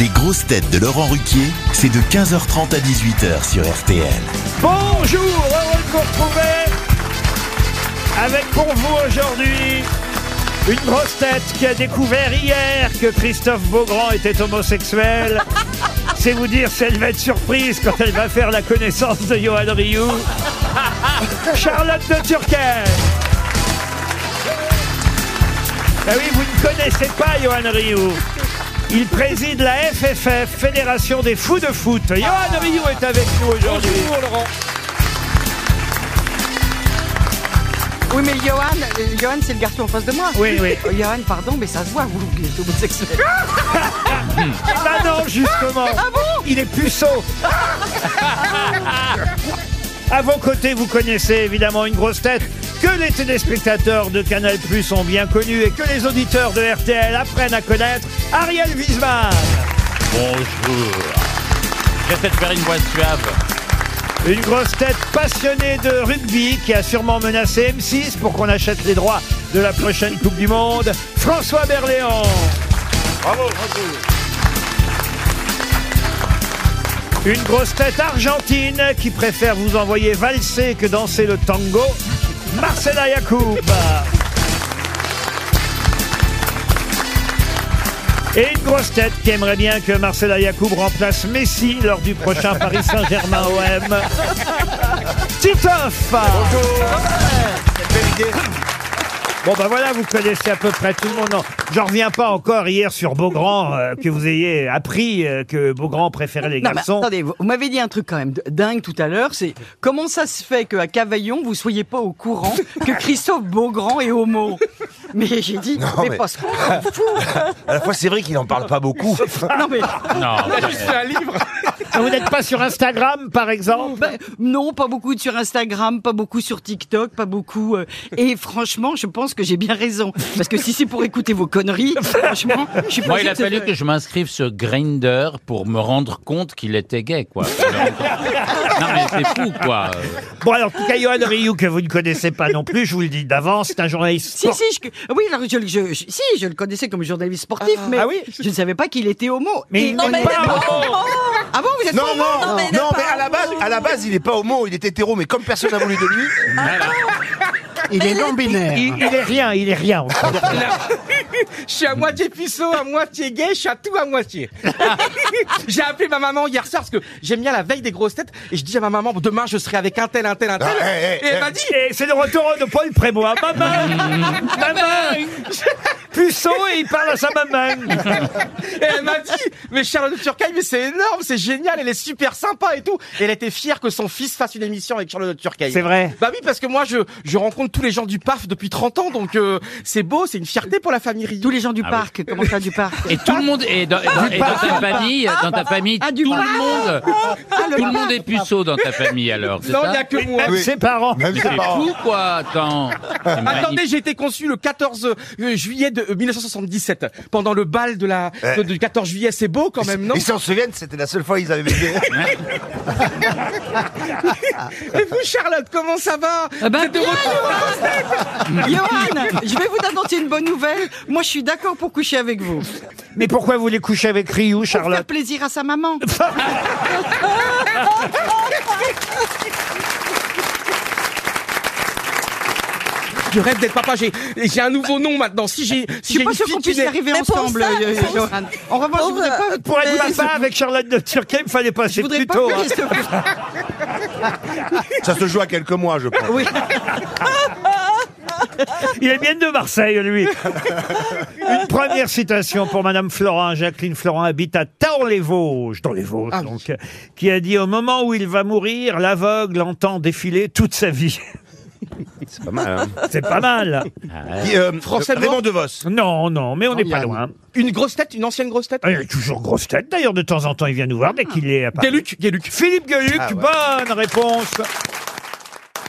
Les grosses têtes de Laurent Ruquier, c'est de 15h30 à 18h sur RTL. Bonjour, heureux de vous retrouver avec pour vous aujourd'hui une grosse tête qui a découvert hier que Christophe Beaugrand était homosexuel. C'est vous dire si elle va être surprise quand elle va faire la connaissance de Johan Rioux. Charlotte de Turckheim. Ah oui, vous ne connaissez pas Johan Rioux. Il préside la FFF, Fédération des fous de foot. Johan Rioux est avec nous aujourd'hui. Bonjour Laurent. Oui, mais Johan, c'est le garçon en face de moi. Oui, oui. Johan, pardon, mais ça se voit, vous êtes homosexuel. Bah non, justement. Ah bon? Il est puceau. À vos côtés, vous connaissez évidemment une grosse tête que les téléspectateurs de Canal+ ont bien connue et que les auditeurs de RTL apprennent à connaître, Ariel Wiesmann. Bonjour. J'essaie de faire une voix suave. Une grosse tête passionnée de rugby qui a sûrement menacé M6 pour qu'on achète les droits de la prochaine Coupe du Monde, François Berléand. Bravo. Une grosse tête argentine qui préfère vous envoyer valser que danser le tango, Marcela Yacoub. Et une grosse tête qui aimerait bien que Marcela Yacoub remplace Messi lors du prochain Paris Saint-Germain OM, Titoff. Bonjour. Bon ben voilà, vous connaissez à peu près tout le monde. Non, j'en reviens pas encore hier sur Beaugrand, que vous ayez appris que Beaugrand préférait les garçons. Mais attendez, vous m'avez dit un truc quand même dingue tout à l'heure, c'est comment ça se fait qu'à Cavaillon, vous soyez pas au courant que Christophe Beaugrand est homo? Mais j'ai dit, Non, mais parce qu'on s'en fout. À la fois, c'est vrai qu'il n'en parle pas beaucoup. Non mais, Non, il a juste fait un livre. Vous n'êtes pas sur Instagram, par exemple? Ben, non, pas beaucoup sur Instagram, pas beaucoup sur TikTok, pas beaucoup. Et franchement, je pense que j'ai bien raison. Parce que si c'est pour écouter vos conneries, franchement, je suis pas moi, il sûre a fallu que je m'inscrive sur Grindr pour me rendre compte qu'il était gay, quoi. Non, mais c'est fou, quoi. Bon, alors, en tout cas, Johan Rioux, que vous ne connaissez pas non plus, je vous le dis d'avance, c'est un journaliste Si, oui, alors je le connaissais comme journaliste sportif, mais ah oui. je ne savais pas qu'il était homo. Mais Et non, on mais est- pas homo. Ah bon, vous êtes Non, homo? non, mais à la base, il est pas homo, il est hétéro, mais comme personne n'a voulu de lui. Il est non-binaire. Il est rien. Je suis à moitié puceau, à moitié gay, je suis à tout à moitié. J'ai appelé ma maman hier soir parce que j'aime bien la veille des grosses têtes et je dis à ma maman demain je serai avec un tel. Et elle m'a dit Et c'est le retour de Paul Prébois. Maman, puceau, et il parle à sa maman. et elle m'a dit mais Charlotte de Turckheim mais c'est énorme, c'est génial, elle est super sympa et tout. Et elle était fière que son fils fasse une émission avec Charlotte de Turckheim. C'est vrai. Bah oui parce que moi je rencontre tous les gens du PAF depuis 30 ans donc c'est beau, c'est une fierté pour la famille Rioux. Tous les gens du parc, comment ça du parc? Et tout le monde est dans ta famille, du tout parc. le monde, tout le monde est puceau dans ta famille, alors. C'est Non, il ça n'y a que moi. Même ses parents. Même ses C'est parents. fou, quoi. Attends. C'est Attendez, magnifique. j'ai été conçu le 14 juillet de 1977 pendant le bal du 14 juillet. C'est beau quand même, non? Ils s'en souviennent, c'était la seule fois qu'ils avaient bébé. Et vous, Charlotte, comment ça va? Ah ben, Vous êtes de retour? Johan, je vais vous annoncer une bonne nouvelle. Moi, je suis d'accord pour coucher avec vous. Mais pourquoi vous voulez coucher avec Rioux, Pour faire Charlotte? plaisir à sa maman. Je rêve d'être papa. J'ai un nouveau nom maintenant. Si j'ai Je suis pas sûre qu'on puisse y arriver ensemble, Johan. En revanche, je voudrais pas... Pour être papa avec Charlotte de Turckheim, il fallait passer Je voudrais plus pas tôt. que hein. Christophe... Ça se joue à quelques mois, je pense. Oui. Il est bien de Marseille, lui. Une première citation pour Madame Florent. Jacqueline Florent habite à Taon-les-Vosges, dans les Vosges, donc, qui a dit: au moment où il va mourir, l'aveugle entend défiler toute sa vie. C'est pas mal, hein. C'est pas mal. Français Raymond DeVos. Non, mais on n'est pas loin. Une grosse tête, une ancienne grosse tête. Il est toujours grosse tête. D'ailleurs, de temps en temps, il vient nous voir dès qu'il est à Paris. Gueluc. Philippe Gueluc, Ah ouais. bonne réponse